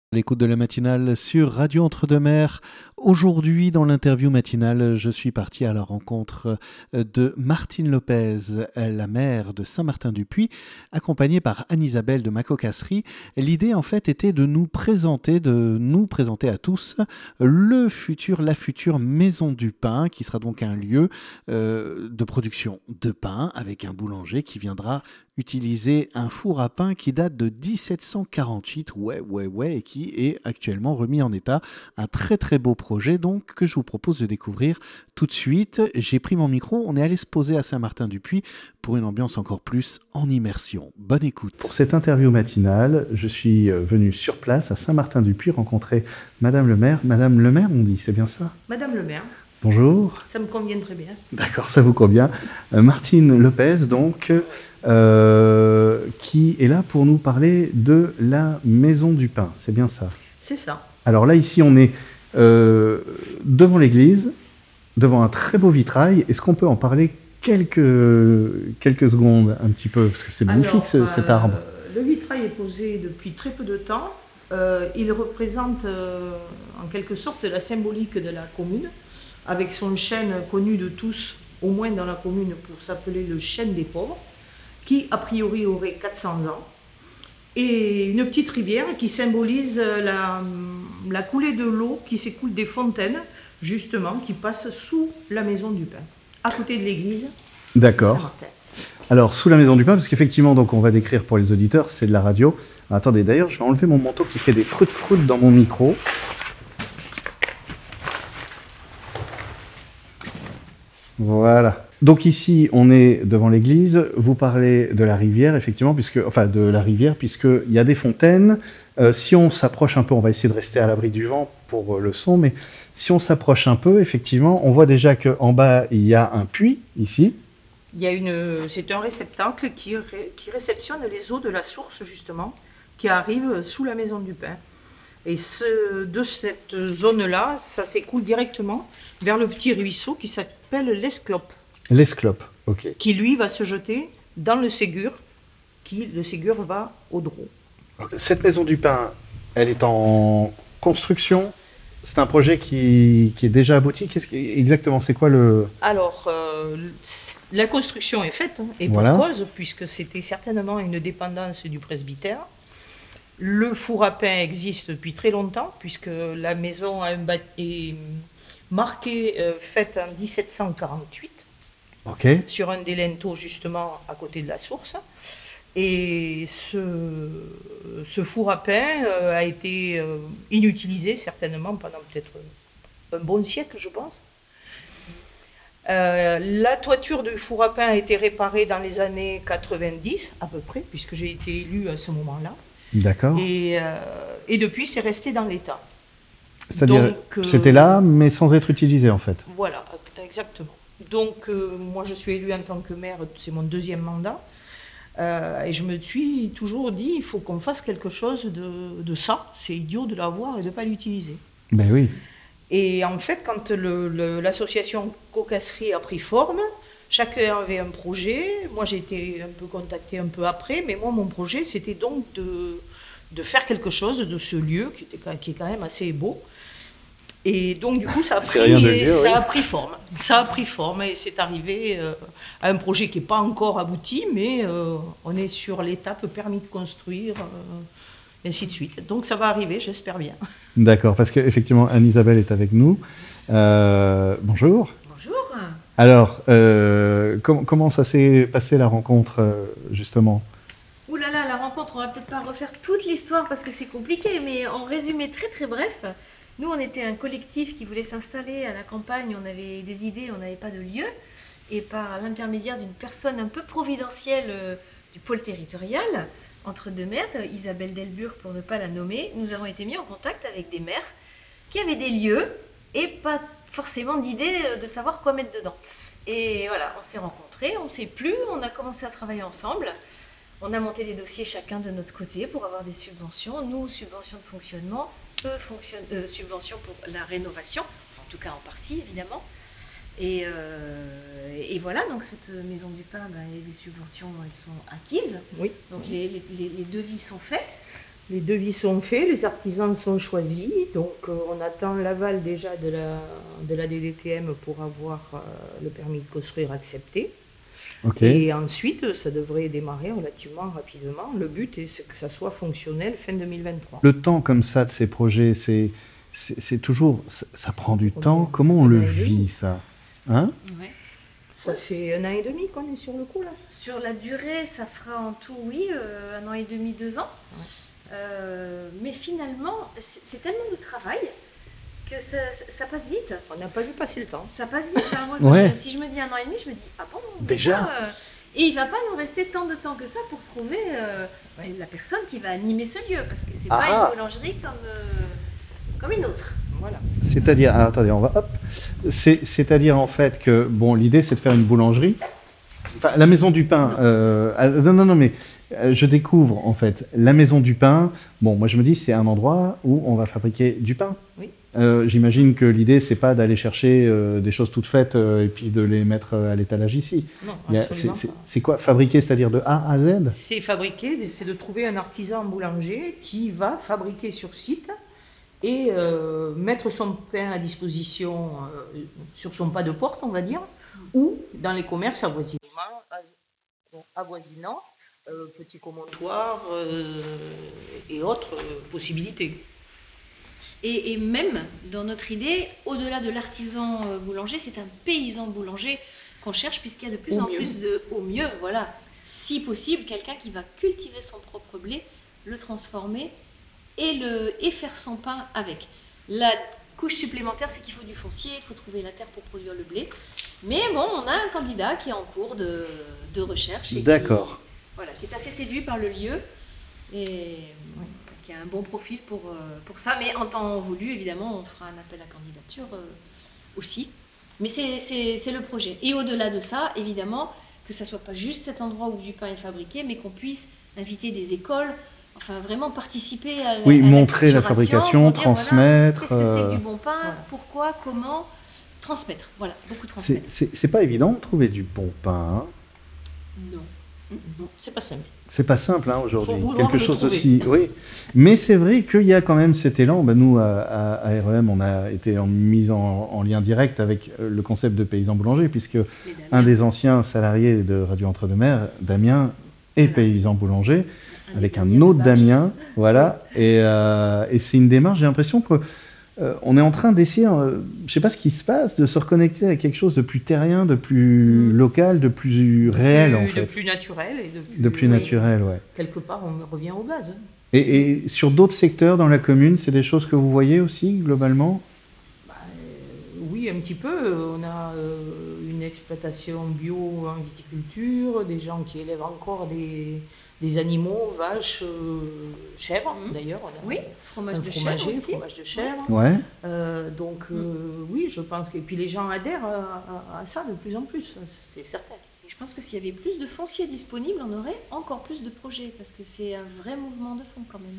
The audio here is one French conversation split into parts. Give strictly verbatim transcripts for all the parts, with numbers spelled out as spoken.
L'écoute de la matinale sur Radio Entre-deux-Mers. Aujourd'hui, dans l'interview matinale, je suis parti à la rencontre de Martine Lopez, la maire de Saint-Martin-du-Puy, accompagnée par Anne-Isabelle de Macocasserie. L'idée, en fait, était de nous présenter, de nous présenter à tous le futur, la future Maison du Pain, qui sera donc un lieu euh, de production de pain avec un boulanger qui viendra utiliser un four à pain qui date de dix-sept cent quarante-huit, ouais, ouais, ouais, et qui est actuellement remis en état. Un très très beau projet donc que je vous propose de découvrir tout de suite. J'ai pris mon micro, on est allé se poser à Saint-Martin-du-Puy pour une ambiance encore plus en immersion. Bonne écoute. Pour cette interview matinale, je suis venu sur place à Saint-Martin-du-Puy rencontrer Madame le maire. Madame le maire, on dit, c'est bien ça? Madame le maire. Bonjour. Ça me convient très bien. D'accord, ça vous convient. Euh, Martine Lopez, donc, euh, qui est là pour nous parler de la Maison du Pain. C'est bien ça? C'est ça. Alors là, ici, on est euh, devant l'église, devant un très beau vitrail. Est-ce qu'on peut en parler quelques, quelques secondes, un petit peu? Parce que c'est magnifique, Alors, ce, euh, cet arbre. Le vitrail est posé depuis très peu de temps. Euh, il représente euh, en quelque sorte la symbolique de la commune, avec son chêne connu de tous, au moins dans la commune, pour s'appeler le chêne des pauvres, qui a priori aurait quatre cents ans, et une petite rivière qui symbolise la, la coulée de l'eau qui s'écoule des fontaines, justement, qui passe sous la Maison du Pain, à côté de l'église. D'accord. Saint-Martin. Alors, sous la Maison du Pain, parce qu'effectivement, donc, on va décrire pour les auditeurs, c'est de la radio. Ah, attendez, d'ailleurs, je vais enlever mon manteau qui fait des froutes-froutes dans mon micro. Voilà. Donc ici, on est devant l'église. Vous parlez de la rivière, effectivement, puisque, enfin de la rivière, puisqu'il y a des fontaines. Euh, si on s'approche un peu, on va essayer de rester à l'abri du vent pour euh, le son, mais si on s'approche un peu, effectivement, on voit déjà qu'en bas, il y a un puits, ici. Il y a une, c'est un réceptacle qui, ré, qui réceptionne les eaux de la source, justement, qui arrivent sous la Maison du Pain. Et ce, de cette zone-là, ça s'écoule directement vers le petit ruisseau qui s'appelle l'Esclope. L'Esclope, ok. Qui, lui, va se jeter dans le Ségur, qui, le Ségur, va au Drô. Cette Maison du Pain, elle est en construction. C'est un projet qui, qui est déjà abouti. Qu'est-ce qui, exactement, c'est quoi le... Alors, euh, la construction est faite, hein, et Voilà. pour cause, puisque c'était certainement une dépendance du presbytère. Le four à pain existe depuis très longtemps, puisque la maison a un bat- est marquée, euh, faite en dix-sept cent quarante-huit, Ok. sur un des linteaux justement à côté de la source. Et ce, ce four à pain euh, a été euh, inutilisé certainement pendant peut-être un bon siècle, je pense. Euh, la toiture du four à pain a été réparée dans les années quatre-vingt-dix à peu près, puisque j'ai été élue à ce moment-là. D'accord. Et, euh, et depuis, c'est resté dans l'état. C'est-à-dire, Donc, euh, c'était là, mais sans être utilisé, en fait. Voilà, exactement. Donc, euh, moi, je suis élue en tant que maire, c'est mon deuxième mandat. Euh, et je me suis toujours dit, il faut qu'on fasse quelque chose de, de ça. C'est idiot de l'avoir et de ne pas l'utiliser. Ben oui. Et en fait, quand le, le, l'association Cocasserie a pris forme, chacun avait un projet. Moi, j'ai été un peu contactée un peu après, mais moi, mon projet, c'était donc de, de faire quelque chose de ce lieu qui, était, qui est quand même assez beau. Et donc, du coup, ça a, pris, dire, ça oui. a pris forme. Ça a pris forme et c'est arrivé euh, à un projet qui n'est pas encore abouti, mais euh, on est sur l'étape permis de construire, euh, et ainsi de suite. Donc, ça va arriver, j'espère bien. D'accord, parce qu'effectivement, Anne-Isabelle est avec nous. Euh, bonjour. Bonjour. Alors, euh, com- comment ça s'est passé la rencontre, euh, justement? Ouh là là, la rencontre, on va peut-être pas refaire toute l'histoire parce que c'est compliqué, mais en résumé très très bref, nous on était un collectif qui voulait s'installer à la campagne, on avait des idées, on n'avait pas de lieu, et par l'intermédiaire d'une personne un peu providentielle euh, du pôle territorial, entre deux maires, euh, Isabelle Delbure pour ne pas la nommer, nous avons été mis en contact avec des maires qui avaient des lieux et pas forcément d'idée de savoir quoi mettre dedans. Et voilà, on s'est rencontrés, on ne s'est plus, on a commencé à travailler ensemble. On a monté des dossiers chacun de notre côté pour avoir des subventions. Nous, subventions de fonctionnement, eux, fonction, euh, subventions pour la rénovation, enfin, en tout cas en partie évidemment. Et, euh, et voilà, donc cette Maison du Pain, ben, les subventions elles sont acquises. Oui. Donc les, les, les devis sont faits. Les devis sont faits, les artisans sont choisis, donc euh, on attend l'aval déjà de la, de la D D T M pour avoir euh, le permis de construire accepté. Okay. Et ensuite, ça devrait démarrer relativement rapidement. Le but est que ça soit fonctionnel fin deux mille vingt-trois. Le temps comme ça de ces projets, c'est, c'est, c'est toujours, ça, ça prend du on temps. Comment on le vit, ça, hein? Ouais. Ça fait un an et demi qu'on est sur le coup, là. Sur la durée, ça fera en tout, oui, euh, un an et demi, deux ans. Ouais. Euh, mais finalement, c'est, c'est tellement de travail que ça, ça, ça passe vite. On n'a pas vu passer le temps. Ça passe vite. Hein. Moi, ouais. je, si je me dis un an et demi, je me dis, ah bon, déjà euh, et il ne va pas nous rester tant de temps que ça pour trouver euh, ouais. la personne qui va animer ce lieu, parce que c'est ah. pas une boulangerie comme, euh, comme une autre. Voilà. C'est-à-dire, alors attendez, on va hop. C'est, c'est-à-dire en fait que, bon, l'idée c'est de faire une boulangerie. Enfin, la Maison du Pain, non. Euh, non, non, non, mais euh, je découvre en fait la Maison du Pain. Bon, moi je me dis c'est un endroit où on va fabriquer du pain. Oui. Euh, j'imagine que l'idée c'est pas d'aller chercher euh, des choses toutes faites euh, et puis de les mettre à l'étalage ici. Non, Il y a, absolument c'est, c'est, pas. c'est quoi fabriquer, c'est-à-dire de A à Z? C'est fabriquer, c'est de trouver un artisan boulanger qui va fabriquer sur site et euh, mettre son pain à disposition euh, sur son pas de porte, on va dire, ou dans les commerces avoisinants, avoisinants euh, petits commandoirs euh, et autres euh, possibilités. Et, et même dans notre idée, au-delà de l'artisan euh, boulanger, c'est un paysan boulanger qu'on cherche, puisqu'il y a de plus au en mieux. plus de, au mieux, voilà, si possible, quelqu'un qui va cultiver son propre blé, le transformer et, le, et faire son pain avec. La couche supplémentaire, c'est qu'il faut du foncier, il faut trouver la terre pour produire le blé. Mais bon, on a un candidat qui est en cours de, de recherche et D'accord. Qui, voilà, qui est assez séduit par le lieu et ouais, qui a un bon profil pour, pour ça. Mais en temps voulu, évidemment, on fera un appel à candidature euh, aussi. Mais c'est, c'est, c'est le projet. Et au-delà de ça, évidemment, que ça ne soit pas juste cet endroit où du pain est fabriqué, mais qu'on puisse inviter des écoles, enfin vraiment participer à la, oui, à montrer la, la fabrication, dire, transmettre. Voilà, qu'est-ce que c'est que euh... du bon pain, voilà. Pourquoi, comment transmettre, voilà, beaucoup transmettre. C'est, c'est, c'est pas évident de trouver du bon pain. Hein. Non. Non, c'est pas simple. C'est pas simple hein, aujourd'hui. Faut Quelque chose trouver. aussi. Oui. Mais c'est vrai qu'il y a quand même cet élan. Ben, nous, à, à, à R E M, on a été en mise en, en lien direct avec le concept de paysan boulanger, puisque un des anciens salariés de Radio Entre-deux-Mers, Damien, est voilà. paysan boulanger, un avec un autre Damien. Voilà. Et, euh, et c'est une démarche, j'ai l'impression que. Euh, on est en train d'essayer, euh, je ne sais pas ce qui se passe, de se reconnecter à quelque chose de plus terrien, de plus mmh. local, de plus réel, de, en fait. De plus naturel. Et de plus, de plus oui, naturel, ouais. Quelque part, on revient au base. Et, et sur d'autres secteurs dans la commune, c'est des choses que vous voyez aussi, globalement ? Bah, euh, oui, un petit peu. On a euh, une exploitation bio en viticulture, des gens qui élèvent encore des... des animaux, vaches, euh, chèvres mmh. d'ailleurs. On a oui, fromage un de fromager, chèvre aussi. fromage de chèvre. Ouais. Euh, donc mmh. euh, oui, je pense que... Et puis les gens adhèrent à, à, à ça de plus en plus, c'est certain. Et je pense que s'il y avait plus de foncier disponible, on aurait encore plus de projets, parce que c'est un vrai mouvement de fond quand même.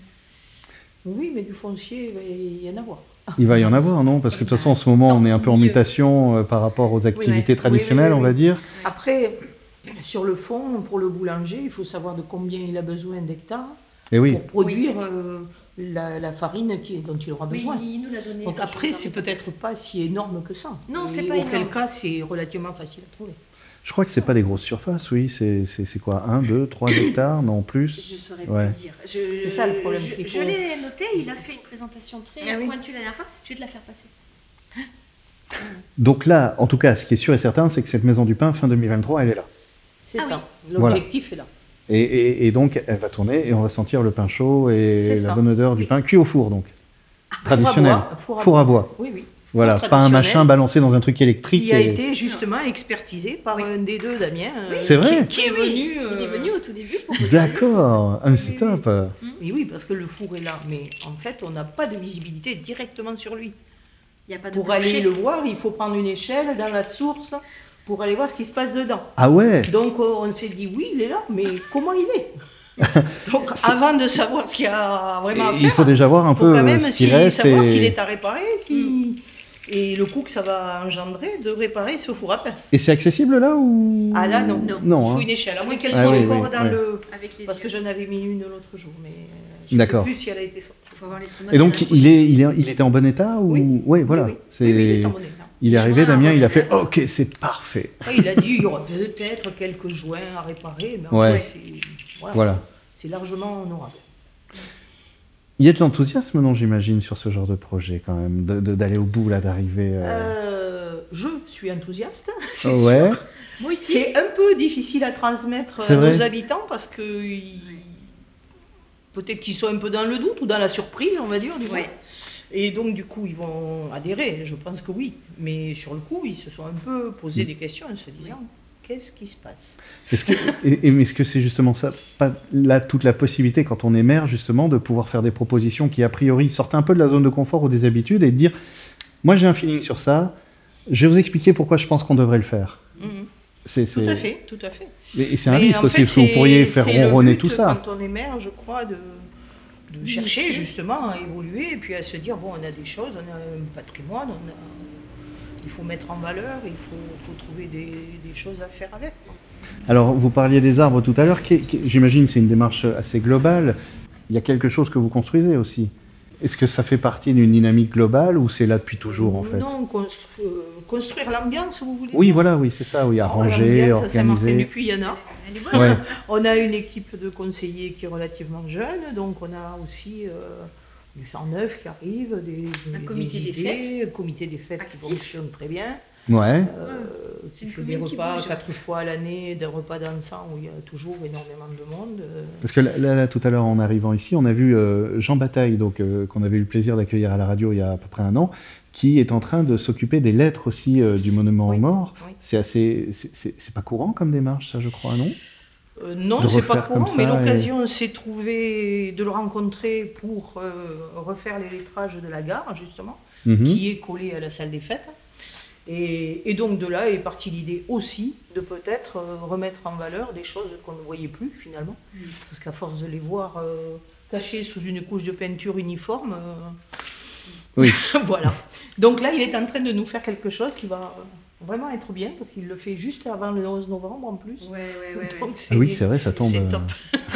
Oui, mais du foncier, il va y en avoir. Il va y en avoir, non ? Parce que de toute façon, en ce moment, on est un peu en mutation euh, par rapport aux activités oui, ouais. traditionnelles, oui, oui, oui, on va oui. dire. Après... Sur le fond, pour le boulanger, il faut savoir de combien il a besoin d'hectares Et oui. pour produire oui. euh, la, la farine qui, dont il aura besoin. Oui, il nous l'a donné. Donc après, c'est peut-être pas si énorme que ça. Non, c'est Et pas auquel énorme. cas, c'est relativement facile à trouver. Je crois que c'est pas des grosses surfaces, oui. C'est, c'est, c'est quoi, un, deux, trois hectares, non plus. Je saurais ouais. plus dire. Je, c'est ça le problème. Je, c'est je l'ai noté, il a fait une présentation très ah, oui. pointue la dernière fois. Je vais te la faire passer. Donc là, en tout cas, ce qui est sûr et certain, c'est que cette maison du pain, fin deux mille vingt-trois, elle est là. C'est ah ça, oui. l'objectif voilà. est là. Et, et, et donc, elle va tourner et on va sentir le pain chaud et c'est la ça. bonne odeur du oui. pain cuit au four, donc. Ah, traditionnel. Four à bois. Four à four à bois. bois. Oui, oui. Voilà, pas un machin balancé dans un truc électrique. Qui a et... été justement expertisé par oui. un des deux, Damien. Oui. C'est vrai. Qui, qui est oui, venu. Euh... Il est venu au tout début. Pour D'accord. Ah, mais c'est oui, top. Oui. Et oui, parce que le four est là. Mais en fait, on n'a pas de visibilité directement sur lui. Il y a pas de pour plancher. aller le voir, il faut prendre une échelle dans la source pour aller voir ce qui se passe dedans. Ah ouais. Donc on s'est dit oui, il est là, mais comment il est ? Donc avant de savoir ce qu'il y a vraiment à faire, il faut déjà voir un peu quand même ce qui si, reste savoir et... s'il est à réparer, si... mm. et le coût que ça va engendrer de réparer ce four à pain. Et c'est accessible là ou Ah là non, non. non il faut hein. une échelle, à moins qu'elle ah, soit oui, encore oui, dans oui. le... Avec les Parce yeux. que j'en avais mis une l'autre jour, mais Je ne sais D'accord. plus si elle a été sortie. Il faut avoir l'estomac Et donc, bien il, est, il, est, il était en bon état ou... Oui. Ouais, voilà. Oui, oui. C'est... Oui, oui, il est en bon état. Il est arrivé, Joint à Damien, il a fait refaire. « Ok, c'est parfait Et il a dit il y aura peut-être quelques joints à réparer, mais en Ouais. fait, c'est, ». Voilà. Voilà. C'est largement honorable. Il y a de l'enthousiasme, non, j'imagine, sur ce genre de projet, quand même, de, de- d'aller au bout, là, d'arriver... euh, Euh, je suis enthousiaste, c'est Ouais, sûr. Moi aussi. C'est un peu difficile à transmettre C'est à vrai. nos habitants parce que ils- peut-être qu'ils sont un peu dans le doute ou dans la surprise, on va dire. Du coup. Ouais. Et donc, du coup, ils vont adhérer, je pense que oui. Mais sur le coup, ils se sont un peu posé des questions en se disant qu'est-ce qui se passe? Est-ce que, et, et- mais est-ce que c'est justement ça, pas là toute la possibilité quand on est maire justement de pouvoir faire des propositions qui a priori sortent un peu de la zone de confort ou des habitudes et de dire moi j'ai un feeling sur ça, je vais vous expliquer pourquoi je pense qu'on devrait le faire. Mhm. C'est, Tout c'est- à fait, tout à fait. Et, et c'est un Mais risque en aussi, fait, parce que vous c'est- pourriez faire c'est le ronronner but, tout ça. Quand on est maire, je crois, de, de chercher D'initier. justement à évoluer et puis à se dire bon, on a des choses, on a un patrimoine, on a, il faut mettre en valeur, il faut, faut trouver des, des choses à faire avec. quoi. Alors vous parliez des arbres tout à l'heure, qui- qui- j'imagine c'est une démarche assez globale. Il y a quelque chose que vous construisez aussi. Est-ce que ça fait partie d'une dynamique globale ou c'est là depuis toujours en fait? Non, constru- euh, construire l'ambiance, vous voulez Oui, dire voilà, oui, c'est ça, oui, Alors, arranger, l'ambiance, ça marche organiser. depuis, il y en a. Elle est bonne. Ouais. On a une équipe de conseillers qui est relativement jeune, donc on a aussi euh, du sang neuf qui arrive, des, Un des- comité des des idées, fêtes. un comité des fêtes Actif. qui fonctionne très bien, Ouais. euh, C'est qui une fait des commune qui repas bouge. quatre fois à l'année, des repas dansants où il y a toujours énormément de monde. euh. Parce que là, là, là, tout à l'heure, en arrivant ici, on a vu euh, Jean Bataille, donc, euh, qu'on avait eu le plaisir d'accueillir à la radio il y a à peu près un an, qui est en train de s'occuper des lettres aussi euh, du monument Oui, aux morts. oui. C'est assez, c'est- c'est c'est pas courant comme démarche, ça, je crois, non? Euh, non, De c'est pas refaire comme courant, mais ça l'occasion s'est trouvée de le rencontrer pour euh, refaire les lettrages de la gare, justement, Mhm. qui est collé à la salle des fêtes. Et, et donc de là est partie l'idée aussi de peut-être euh, remettre en valeur des choses qu'on ne voyait plus finalement. Parce qu'à force de les voir euh, cachées sous une couche de peinture uniforme, euh, Oui. voilà. Donc là, il est en train de nous faire quelque chose qui va euh, vraiment être bien, parce qu'il le fait juste avant le onze novembre en plus. Ouais, ouais, ouais, ouais. Donc, Ah oui, c'est vrai, ça tombe. c'est euh, top.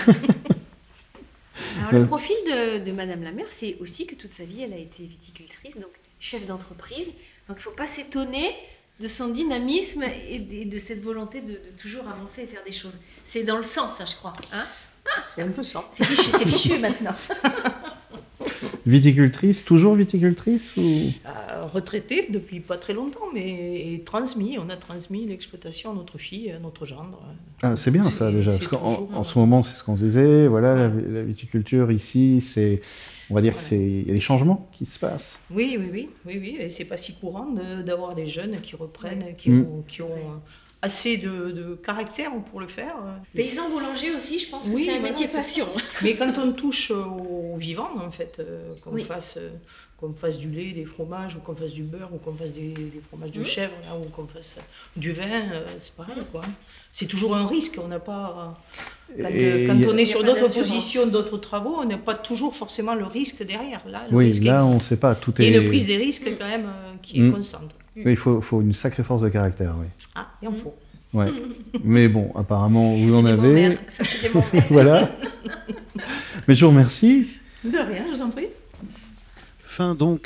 Alors, le profil de, de Madame la maire, c'est aussi que toute sa vie, elle a été viticultrice, donc chef d'entreprise. Donc, il ne faut pas s'étonner de son dynamisme et de, et de cette volonté de, de toujours avancer et faire des choses. C'est dans le sang, ça, je crois. Hein, C'est un peu ça. c'est fichu, c'est fichu maintenant. Viticultrice, toujours viticultrice ou... Euh, retraité depuis pas très longtemps, mais et transmis. On a transmis l'exploitation à notre fille, à notre gendre. Ah, c'est bien ça C'est- déjà, c'est parce qu'en toujours, en euh, ce moment, c'est ce qu'on disait, voilà, la, la viticulture ici, c'est, on va dire que Voilà. c'est, il y a des changements qui se passent. Oui, oui, oui, oui, oui. Et c'est pas si courant de- d'avoir des jeunes qui reprennent, qui Mm. ont, qui ont euh, assez de, de caractère pour le faire. Paysan boulanger aussi, je pense que Oui, c'est un voilà, métier c'est passion. Mais quand on touche au vivant, en fait, euh, qu'on Oui. fasse, euh, qu'on fasse du lait, des fromages, ou qu'on fasse du beurre, ou qu'on fasse des, des fromages de Mhm. chèvre, là, ou qu'on fasse du vin, euh, c'est pareil, quoi. C'est toujours un risque. On n'a pas. Quand, Et quand il y a- on Il est y a sur pas d'autres d'assurance. positions, d'autres travaux, on n'a pas toujours forcément le risque derrière. Là, le Oui, risque là, on ne existe. sait pas, tout Il est... y a une prise des risques quand même euh, qui est Mm. constante. Oui, il faut, faut une sacrée force de caractère, oui. Ah, il en faut. Ouais. Mais bon, apparemment, vous en Ça fait des bons avez. maires, ça fait des bons maires. Voilà. Mais je vous remercie. De rien, je vous en prie. Fin donc